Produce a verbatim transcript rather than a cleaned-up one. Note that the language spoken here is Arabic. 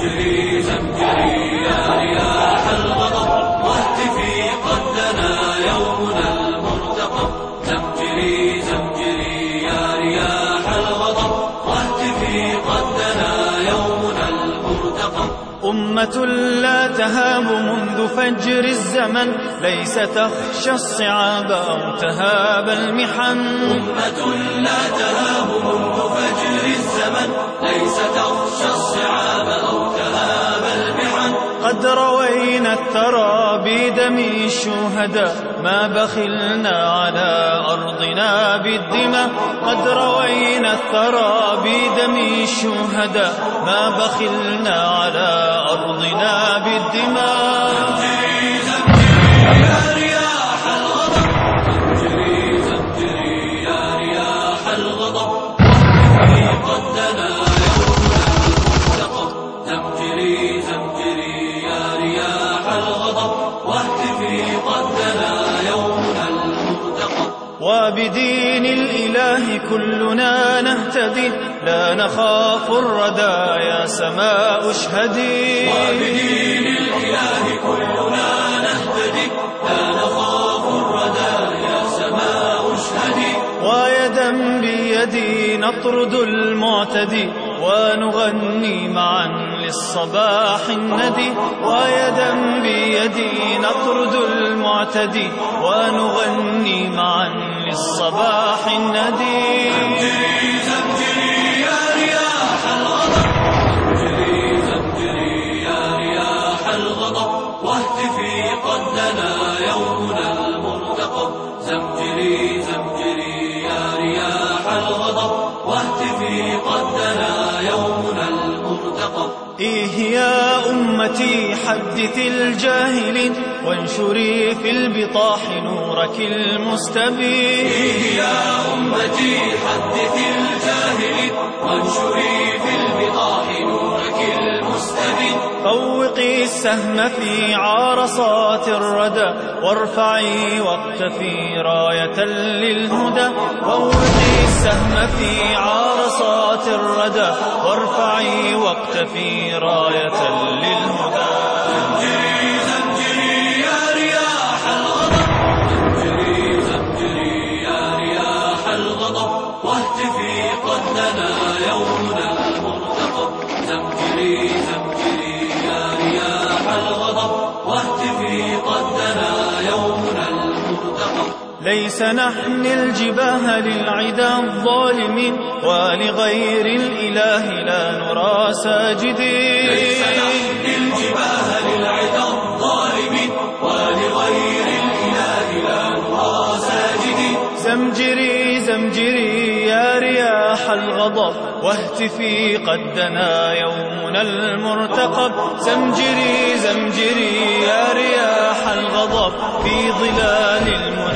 زمجري زمجري يا رياح الغضب واهتفي قد دنا يومنا المرتقب. زمجري زمجري يا رياح الغضب واهتفي قد دنا يومنا المرتقب. أمة لا تهاب منذ فجر الزمن، ليس تخشى الصعاب أو تهاب المحن. أمة لا تهاب منذ فجر الزمن، ليس تخشى الصعاب أو تهاب المحن. قد روينا الثرى بدم الشهداء، ما بخلنا على أرضنا بالدماء. قد روينا الثرى بدم الشهداء، ما بخلنا على أرضنا بالدماء. زمجري زمجري يا رياح الغضب، زمجري زمجري يا رياح الغضب واهتفي قد دنا يومنا المرتقب. زمجري زمجري يا رياح الغضب واهتفي قد دنا يومنا المرتقب. وبدين الإله كلنا نهتدي، لا نخاف الردى يا سماء اشهدي. وبدين الإله كلنا نهتدي، لا نخاف الردى يا سماء اشهدي. ويدا بيدي نطرد المعتدي، ونغني معا للصباح الندي. ويدا بيدي نطرد المعتدي، ونغني معا للصباح الندي. زمجري زمجري يا رياح الغضب، زمجري زمجري يا رياح الغضب واهتفي قد دنا يومنا المرتقب. زمجري زمجري يا رياح الغضب واهتفي قد دنا يومنا المرتقب. إيه يا أمتي حدثي الجاهلين، وانشري في البطاح نورك المستبين. إيه يا أمتي حدثي الجاهلين، وانشري في البطاح نورك المستبين. فوقي السهم في عارصات الردى، وارفعي واقتفي راية للهدى. فوقي السهم في عارصات الردى، وارفعي واقتفي راية للهدى. زمجري زمجري يا رياح الغضب، زمجري زمجري يا رياح الغضب واهتفي قد دنا يومنا المرتقب. زمجري زمجري يا رياح الغضب واهتفي قد دنا يومنا المرتقب. ليس نحمي الجباه للعدا الظالمين، ولغير الإله لا نرى ساجدين. ليس نحمي الجباه للعدا الظالمين، ولغير الإله لا نرى ساجدين. زمجري زمجري يا رياح الغضب واهتفي قد دنا يومنا المرتقب. زمجري زمجري يا رياح الغضب في ظلال المنى